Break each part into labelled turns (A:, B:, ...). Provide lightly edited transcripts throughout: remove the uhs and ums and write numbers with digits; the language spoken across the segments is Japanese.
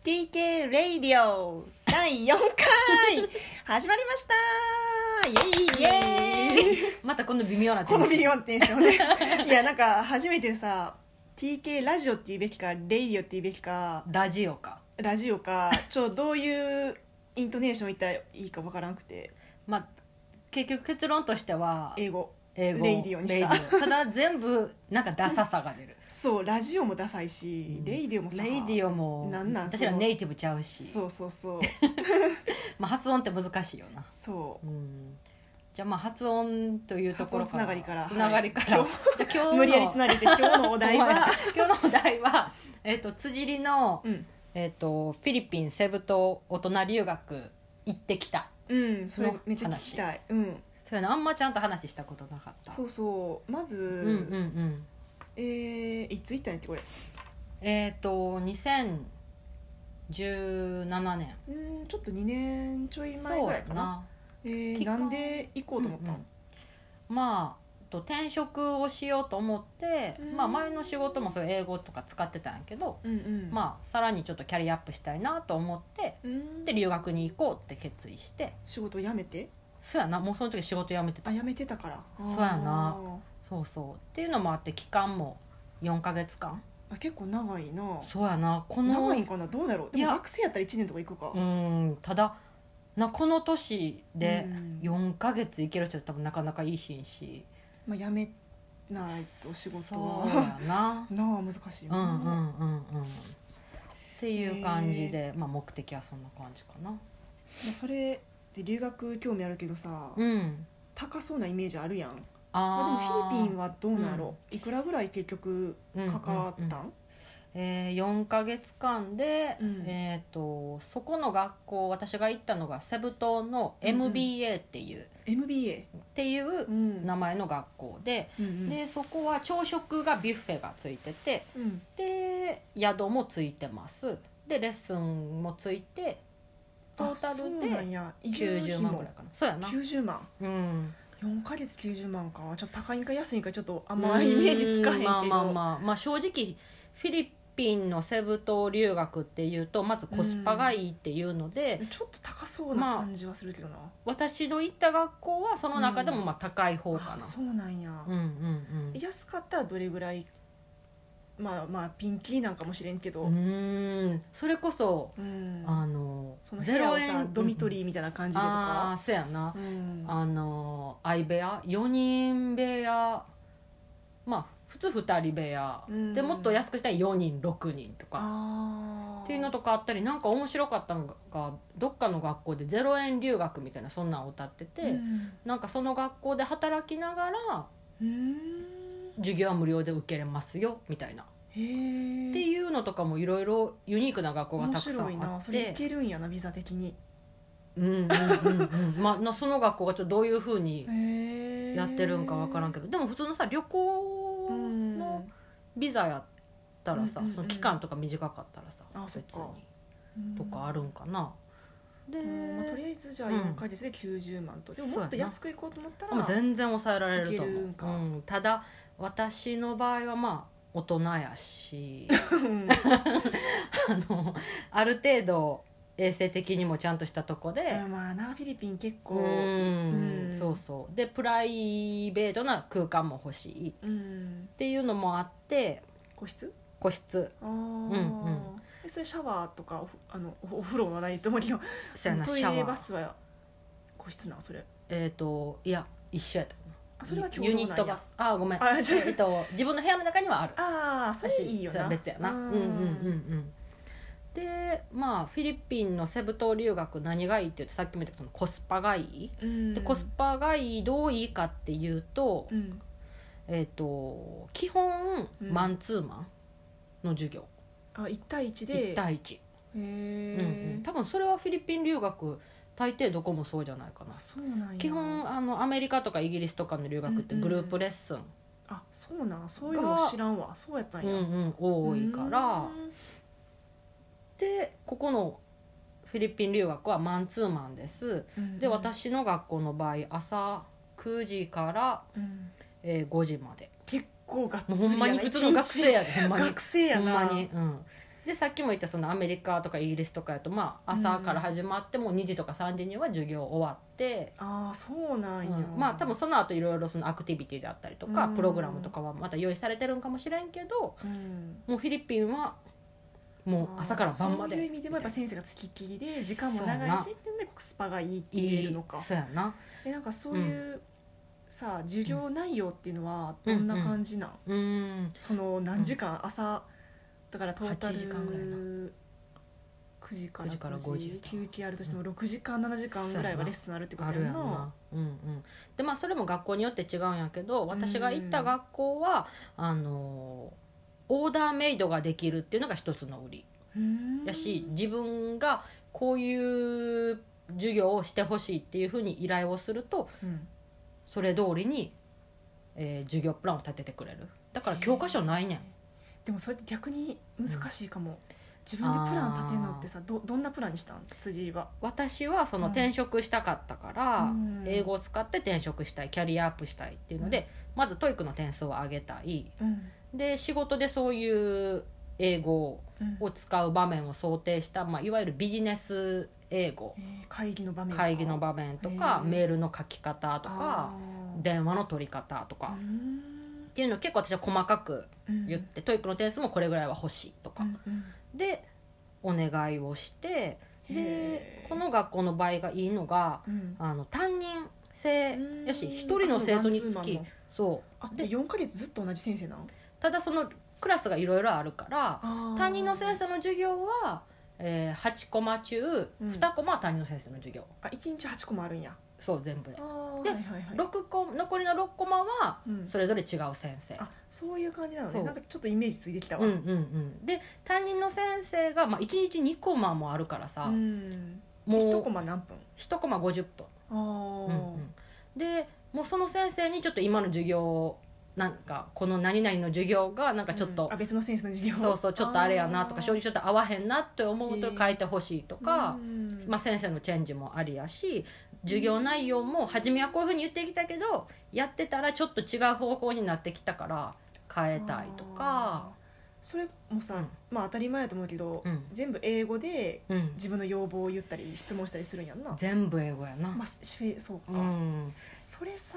A: TK レイディオ第4回始まりましたイエーイ
B: またこの微妙なテンション、
A: この微妙なテンションねいやなんか初めてさ TK ラジオって言うべきかレイディオって言うべきか
B: ラジオか、
A: どういうイントネーション言ったらいいかわからなくて、
B: まあ、結局結論としては
A: 英語
B: レイ
A: ディオにした
B: ただ全部なんかダサさが出る
A: そうラジオもダサいし、レイディオもさ
B: レイディオも私らネイティブちゃうし
A: そう
B: まあ発音って難しいよな
A: そう、
B: じゃあまあ発音というところから
A: つながりから、
B: じゃあ今日の
A: 無理やりつなげて今日のお題は
B: 今日のお題は、辻里の、フィリピンセブ島大人留学行ってきた
A: それめっちゃ聞きたい。
B: そうやな、あんまちゃんと話したことなかった。
A: そうまず、いつ行ったんやっけこれ。
B: 2017年。
A: ちょっと2年ちょい前ぐらいかな。なんで行こうと思ったの？
B: まあ転職をしようと思って、まあ、前の仕事もそういう英語とか使ってたんやけど、まあ、さらにちょっとキャリアアップしたいなと思って、で留学に行こうって決意して。
A: 仕事辞めて？
B: そうやな、もうその時仕事辞めてた。
A: 辞めてたから。
B: そうやな、そうっていうのもあって期間も4ヶ月間。
A: 結構長いな。
B: そうやな、
A: 長いんかな、どうだろう。でも学生やったら1年とか行くか。
B: ただこの年で4ヶ月行ける人って多分なかなかいいひんし、
A: まあ、辞めないと仕事は
B: そうやな
A: なあ難しいよな、
B: っていう感じで、まあ、目的はそんな感じかな。
A: それで留学興味あるけどさ、高そうなイメージあるやん。でもフィリピンはどうなの、いくらぐらい結局かかったん
B: ？4ヶ月間で、そこの学校、私が行ったのがセブ島の MBA っていう、名前の学校で、でそこは朝食がビュッフェがついてて、で宿もついてます。でレッスンもついてトータルで90万ぐらいかな。そうやな、
A: 90万。4ヶ月90万か。ちょっと高いんか安いんかちょっとあんまイメージつかへんけど、
B: まあ正直フィリピンのセブ島留学っていうとまずコスパがいいっていうので、
A: ちょっと高そうな感じはするけどな。
B: 私の行った学校はその中でもまあ高い方かな。
A: そうなんや。安かったらどれぐらい？まあピンキーなんかもしれんけど、
B: それこそ、
A: その0円ドミトリーみたいな感じでとか。
B: そうやな、相部屋4人部屋、まあ普通2人部屋、でもっと安くしたら4人6人とかっていうのとかあったり、なんか面白かったのがどっかの学校で0円留学みたいなそんなんを歌ってて、なんかその学校で働きながら授業は無料で受けれますよみたいなっていうのとかもいろいろユニークな学校がたくさんあって。面白いな。
A: それいけるんやな、ビザ的に。
B: まあその学校がちょっとどういう風にやってるんか分からんけど、でも普通のさ旅行のビザやったらさ、その期間とか短かったらさ、別にとかあるんかな。で、
A: とりあえずじゃあ4ヶ月で90万と、でももっと安くいこうと思ったら
B: 全然抑えられると思う。ただ私の場合はまあ大人やしある程度衛生的にもちゃんとしたとこで、
A: まあな、フィリピン結構
B: そうでプライベートな空間も欲しいっていうのもあって、
A: 個室それシャワーとかお風呂はないと思うけど、トイレバスは個室なの？それ
B: いや一緒やった。
A: それは共同なんや。
B: ユニットバス。ごめん自分の部屋の中にはある。
A: それいいよな。
B: それは別やな。でまあフィリピンのセブ島留学何がいいって言ってさっきも言ったそのコスパがいい、でコスパがいいどういいかっていうと、基本マンツーマンの授業、
A: 1対1で
B: 1対1。多分それはフィリピン留学大抵どこもそうじゃないかな。
A: そうなんや。
B: 基本アメリカとかイギリスとかの留学ってグループレッスン、
A: そうなん、そういうの知らんわ。そうやったんや。
B: 多いから。でここのフィリピン留学はマンツーマンです、で私の学校の場合朝9時から、5時まで。
A: 結構がっつりやな。
B: もうほんまに普通の学生やで、ほんまに
A: 学生やな。
B: ほんまに、 でさっきも言ったそのアメリカとかイギリスとかやと、まあ、朝から始まっても2時とか3時には授業終わって、
A: ああそうなんや、
B: まあ多分その後いろいろそのアクティビティであったりとか、プログラムとかはまた用意されてるんかもしれんけど、もうフィリピンはもう朝から晩まで、
A: そういう意味でもやっぱ先生がつきっきりで時間も長いしっていうのでコスパがいいって言えるのか。
B: そうやな。
A: なんかそういう、さあ授業内容っていうのはどんな感じなん？その何時間、朝だからトータル8時間ぐらいな、9時から5時休憩あるとしても6時間7時間ぐらいはレッスンあるってことやんな。
B: でまあそれも学校によって違うんやけど、私が行った学校はオーダーメイドができるっていうのが一つの売りやし、自分がこういう授業をしてほしいっていうふうに依頼をすると、それ通りに、授業プランを立ててくれる。だから教科書ないねん。
A: でもそれって逆に難しいかも、自分でプラン立てるのってさ、どんなプランにしたん？辻は。
B: 私はその転職したかったから、英語を使って転職したい、キャリアアップしたいっていうので、まず TOEIC の点数を上げたい、で仕事でそういう英語を使う場面を想定した、いわゆるビジネス英語、
A: 会議の場
B: 面とか、メールの書き方とか電話の取り方とかっていうのを結構私は細かく言って、TOEIC の点数もこれぐらいは欲しいとか、でお願いをして、でこの学校の場合がいいのが、担任制やし、1人の生徒につき、
A: そうで4ヶ月ずっと同じ先生なの？
B: ただそのクラスがいろいろあるから、担任の先生の授業は、8コマ中2コマは担任の先生の授業。
A: 1日8コマあるんや。
B: そう全部で。で、残りの6コマはそれぞれ違う先生。
A: そういう感じなのね。なんかちょっとイメージついてきたわ。
B: で担任の先生が、1日2コマもあるからさ、も
A: う1コマ何分
B: ？1コマ50分。でもうその先生にちょっと今の授業、なんかこの何々の授業がなんかちょっと、
A: 別の先生の授業、
B: そうちょっとあれやなとか、正直ちょっと合わへんなって思うと変えてほしいとか、先生のチェンジもありやし、授業内容も初めはこういうふうに言ってきたけど、やってたらちょっと違う方向になってきたから変えたいとか。
A: それもさ、当たり前やと思うけど、全部英語で自分の要望を言ったり質問したりするんやんな。
B: 全部英語やな。
A: そうか、それさ、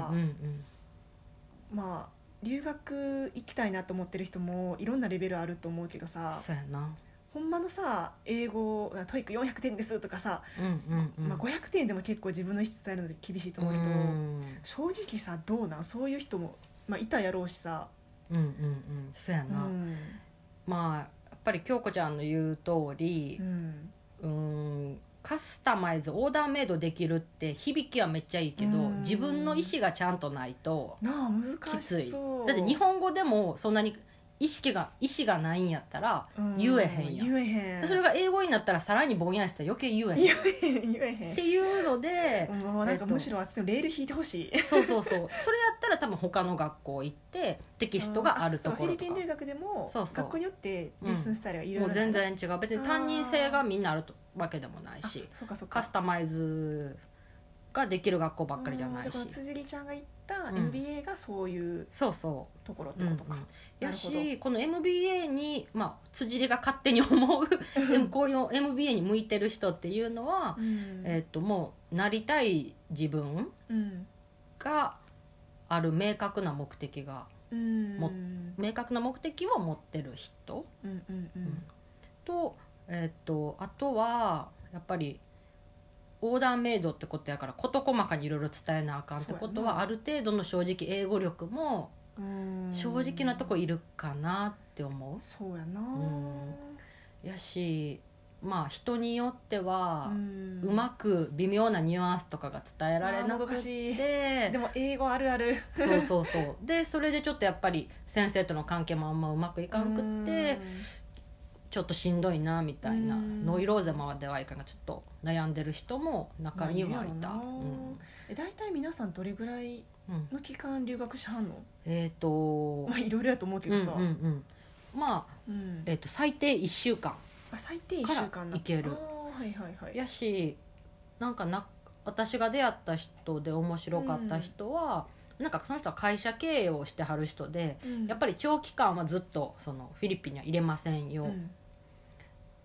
A: 留学行きたいなと思ってる人もいろんなレベルあると思うけどさ、
B: そうやな。
A: ほんまのさ、英語 TOEIC400 点ですとかさ、500点でも結構自分の意思伝えるので厳しいと思うけど、正直さどうなん？そういう人も、いたやろうしさ。
B: そうやな。やっぱり京子ちゃんの言う通り、カスタマイズ、オーダーメイドできるって響きはめっちゃいいけど、自分の意思がちゃんとないときつい。だって日本語でもそんなに意思がないんやったら言えへんやん。それが英語になったらさらにぼんやりしたら余計言えへんっていうので、
A: なんかむしろあっちのレール引いてほしい。
B: そうそれやったら多分他の学校行ってテキストがあるところとか、
A: フィリピン留学でも学校によってレッスンスタイルがいろいろ、
B: もう全然違う。別に担任制がみんなあるわけでもないし、カスタマイズができる学校ばっかりじゃないし、
A: この辻里ちゃんが言った MBA がそういうところってことか。
B: やし、この MBA に、辻里が勝手に思うこういう MBA に向いてる人っていうのは、もうなりたい自分がある明確な目的が、明確な目的を持ってる人と、あとはやっぱりオーダーメイドってことやから、事細かにいろいろ伝えなあかんってことは、ある程度の正直英語力も正直なとこいるかなって思う。
A: そうやな。
B: やし、人によってはうまく微妙なニュアンスとかが伝えられなくて、
A: でも英語あるある。
B: そうでそれでちょっとやっぱり先生との関係もあんまうまくいかんくって、ちょっとしんどいなみたいな、ノイローゼまではいかんがちょっと悩んでる人も中にはいた。
A: だいたい皆さんどれぐらいの期間留学しはんの？いろいろやと思うけどさ、
B: 最低1週間
A: 最低1週間
B: からいける。やし、私が出会った人で面白かった人は、その人は会社経営をしてはる人で、やっぱり長期間はずっとそのフィリピンには入れませんよっ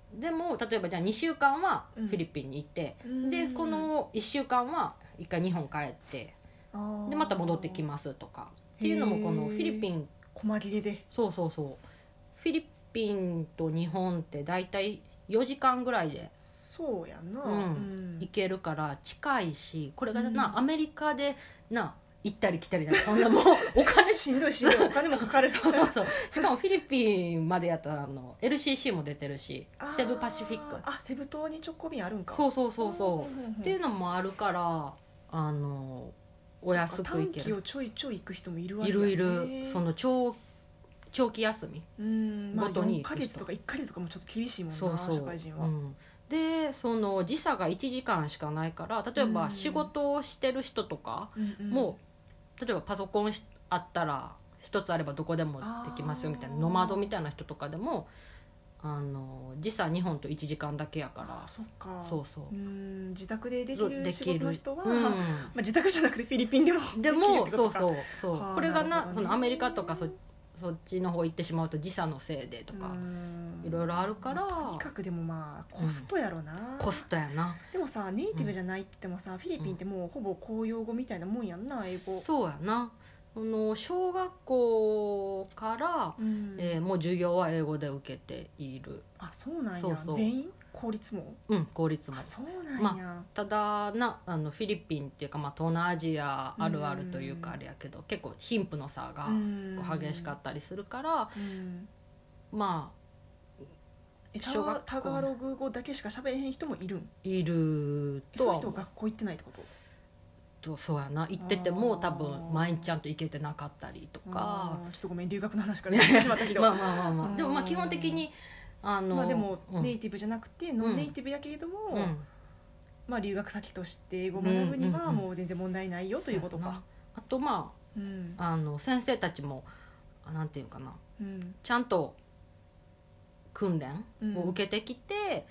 B: でも例えばじゃあ2週間はフィリピンに行って、でこの1週間は一回日本帰ってでまた戻ってきますとかっていうのもこのフィリピン
A: 細切れで
B: そうフィリピンと日本ってだいたい4時間ぐらいで
A: そうやな、
B: 行けるから近いしこれがアメリカで行ったり来たりそんなもうお金
A: しんどいお金もかかる
B: そうしかもフィリピンまでやったらLCC も出てるしセブパシフィック
A: セブ島に直行便あるんか
B: そうっていうのもあるからお安く行ける
A: 短期をちょいちょい行く人もいるわけ
B: やねいるその長期休みごとに
A: 4ヶ月とか1ヶ月とかもちょっと厳しいもんな社会人は、
B: でその時差が1時間しかないから例えば仕事をしてる人とかも例えばパソコンあったら一つあればどこでもできますよみたいなノマドみたいな人とかでも時差日本と1時間だけやから
A: そっか
B: そう
A: 自宅でできる仕事の人は、自宅じゃなくてフィリピンでも
B: でもそうこれがそのアメリカとかそっちの方行ってしまうと時差のせいでとかいろいろあるから
A: とにかくでもコストやろな、
B: コストやな。
A: でもさネイティブじゃないって言ってもさ、フィリピンってもうほぼ公用語みたいなもんやんな英語。
B: そうやな小学校から、もう授業は英語で受けている。
A: そうなんや。全員公立も
B: 公立も
A: そうなんや、
B: ただフィリピンっていうか、東南アジアあるあるというかあれやけど、結構貧富の差がこう激しかったりするから、
A: 小学校タガログ語だけしか喋れへん人もいる
B: とは
A: そういう人学校行ってないってこと
B: そうやな。行ってても多分毎日ちゃんと行けてなかったりとか。
A: ちょっとごめん留学の話から出てしまったけど
B: でも基本的に
A: でもネイティブじゃなくてノンネイティブやけれども、留学先として英語を学ぶにはもう全然問題ないよということか。
B: あと先生たちもなんていうかな、ちゃんと訓練を受けてきて、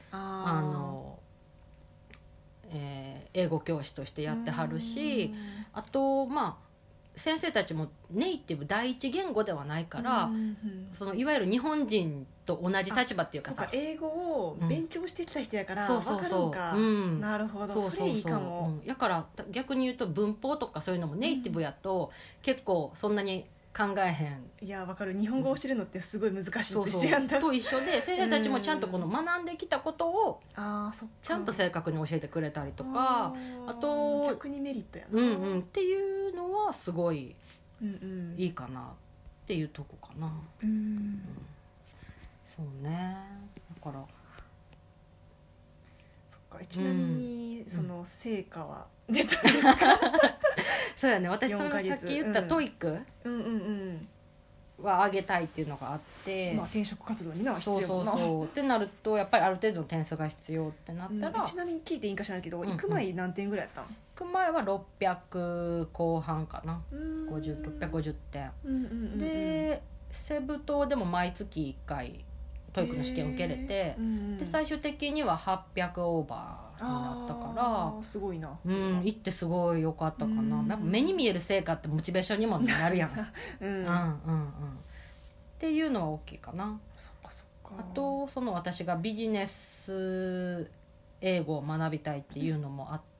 B: 英語教師としてやってはるし、あと先生たちもネイティブ第一言語ではないから、そのいわゆる日本人と同じ立場っていうかさ、
A: そうか英語を勉強してきた人やから分かるんか、なるほど、それいいかも。
B: だから逆に言うと文法とかそういうのもネイティブやと結構そんなに考えへん。
A: いや分かる。日本語を知るのってすごい難しいって一緒やんだ
B: と一緒で、先生たちもちゃんとこの学んできたことをちゃんと正確に教えてくれたりとか、あと
A: 逆にメリットやな、
B: っていうのはすごいいいかなっていうとこかな。そうね。だから
A: そっか。ちなみにその成果は出たんですか？
B: そうやね。私そのさっき言ったトイックは上げたいっていうのがあって、
A: 転職活動に必要
B: な。そうってなるとやっぱりある程度の点数が必要ってなったら、
A: ちなみに聞いていいんかしらないけど、行く前何点ぐらいやったん？
B: 行く前は600後半かな。650点で、セブ島でも毎月1回トイックの試験を受けれて、で最終的には800オーバーになったから
A: すごいな。
B: 行ってすごい良かったかな。やっぱ目に見える成果ってモチベーションにもなるやんっていうのは大きいかな。
A: そっかそっか。
B: あと私がビジネス英語を学びたいっていうのもあって、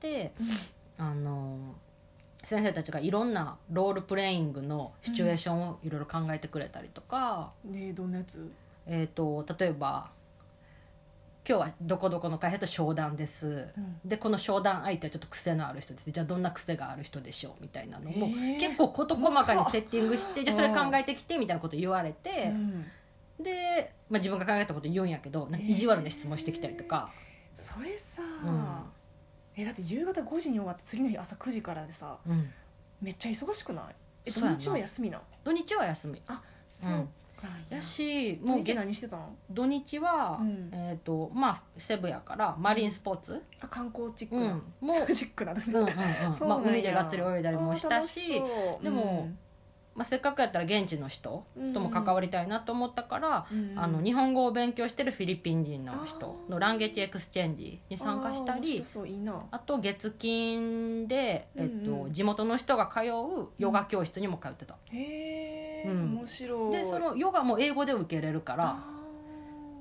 B: 先生たちがいろんなロールプレイングのシチュエーションをいろいろ考えてくれたりとか、
A: どんなやつ？
B: 例えば今日はどこどこの会社と商談です、でこの商談相手はちょっと癖のある人です、じゃあどんな癖がある人でしょうみたいなのも結構事細かにセッティングして、じゃあそれ考えてきてみたいなこと言われて、で、自分が考えたこと言うんやけど、意地悪な質問してきたりとか。
A: それさ、だって夕方5時に終わって次の日朝9時からでさ、めっちゃ忙しくない？土日は休みな？
B: 土日は休み。
A: そう
B: やし、
A: もう何してたの？
B: 土日は、セブやからマリンスポーツ、
A: 観光チックな、もうチックな
B: 海でがっつり泳いだりもしたし、でも、せっかくやったら現地の人とも関わりたいなと思ったから、日本語を勉強してるフィリピン人の人のランゲージエクスチェンジに参加したり、あと月金で、地元の人が通うヨガ教室にも通ってた。
A: へえ、面白い。
B: でそのヨガも英語で受けれるから、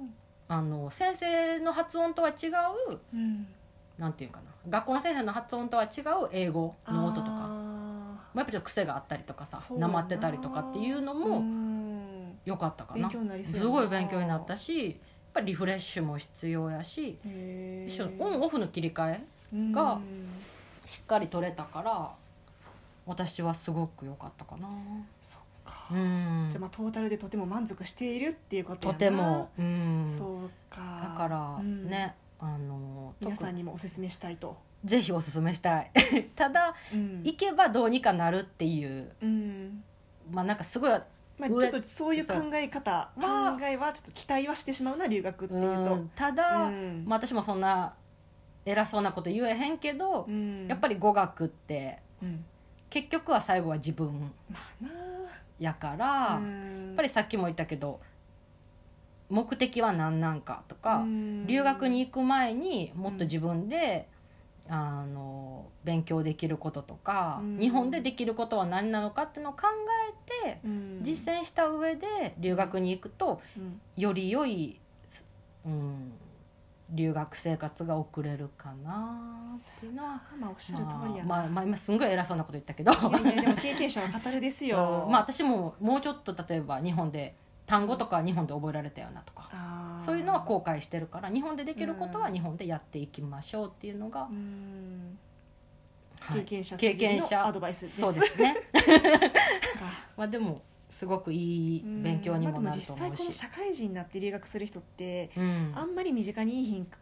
B: 先生の発音とは違う、なんていうかな、学校の先生の発音とは違う英語の音とか、やっぱちょっと癖があったりとかさ、なまってたりとかっていうのも良かったかな。すごい勉強になったし、やっぱりリフレッシュも必要やし、オンオフの切り替えがしっかり取れたから、私はすごく良かったかな。
A: そっか。じゃあトータルでとても満足しているっていうことやな。
B: とても、
A: そうか。
B: だからね、
A: 皆さんにもおすすめしたいと。
B: ぜひおすすめしたいただ、行けばどうにかなるっていう、まあなんかすごい、
A: ちょっとそういう考えはちょっと期待はしてしまうな、留学っていうと。
B: ただ、私もそんな偉そうなこと言えへんけど、やっぱり語学って、結局は最後は自分やから、やっぱりさっきも言ったけど、目的は何なんかとか、留学に行く前にもっと自分で、勉強できることとか、日本でできることは何なのかっていうのを考えて、実践した上で留学に行くと、より良い、留学生活が送れるかなっていうのは、
A: おっしゃる通りやな。
B: 今すんごい偉そうなこと言ったけど、
A: いやでも経験者は語るですよ
B: 私ももうちょっと例えば日本で単語とか日本で覚えられたよなとか、そういうのは後悔してるから、日本でできることは日本でやっていきましょうっていうのが、
A: 経験者筋のアドバイスです。
B: そうですねでもすごくいい勉強にもなると思うし、
A: 実際この社会人になって留学する人って、あんまり身近にいいひんかった。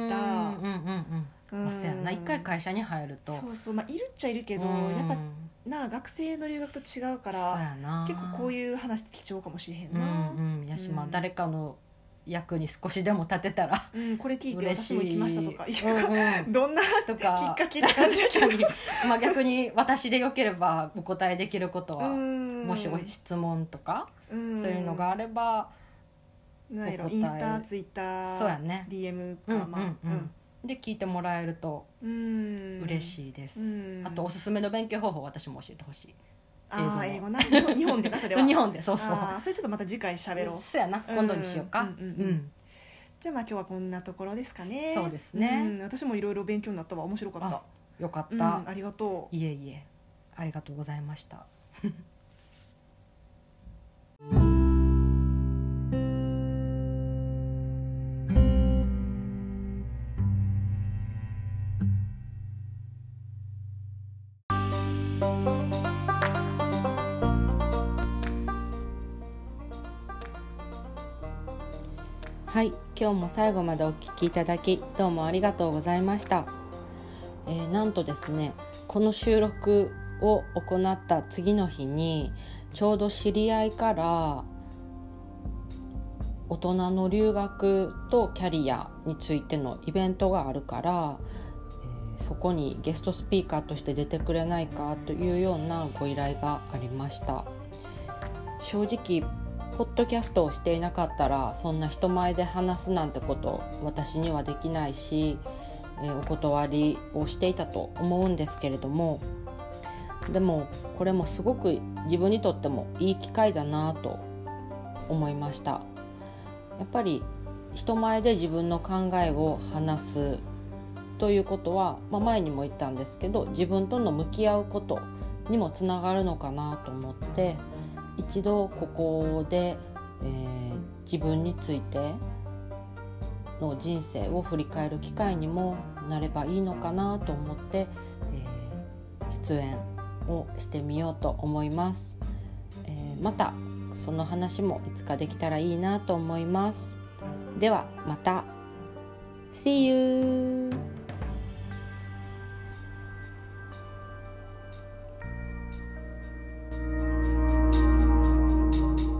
B: そうやな、一回会社に入ると、
A: いるっちゃいるけど、やっぱ学生の留学と違うから、結構こういう話って貴重かもしれへんな。
B: やし、誰かの役に少しでも立てたら、
A: これ聞いて私も行きましたとか、どんなきっかけって感じだけど
B: 逆に私でよければお答えできることは、もし質問とか、そういうのがあれば、
A: なんやろ、インスタ、ツイッター、
B: そうやね、
A: DM か、
B: で聞いてもらえると嬉しいです。あとおすすめの勉強方法、私も教えてほしい。
A: 英語な、日本でな、それは
B: 日本で、そう
A: それちょっとまた次回しゃべろう。
B: そうやな、今度にしようか。
A: じゃあ今日はこんなところですかね。
B: そうですね、
A: 私もいろいろ勉強になったわ。面白かった。
B: よかった、
A: ありがとう。
B: いえいえ、ありがとうございましたはい、今日も最後までお聞きいただきどうもありがとうございました。なんとですね、この収録を行った次の日にちょうど知り合いから大人の留学とキャリアについてのイベントがあるから、そこにゲストスピーカーとして出てくれないかというようなご依頼がありました。正直ポッドキャストをしていなかったらそんな人前で話すなんてこと私にはできないし、お断りをしていたと思うんですけれども、でもこれもすごく自分にとってもいい機会だなと思いました。やっぱり人前で自分の考えを話すということは、前にも言ったんですけど、自分との向き合うことにもつながるのかなと思って、一度ここで、自分についての人生を振り返る機会にもなればいいのかなと思って、出演をしてみようと思います。またその話もいつかできたらいいなと思います。ではまた See you!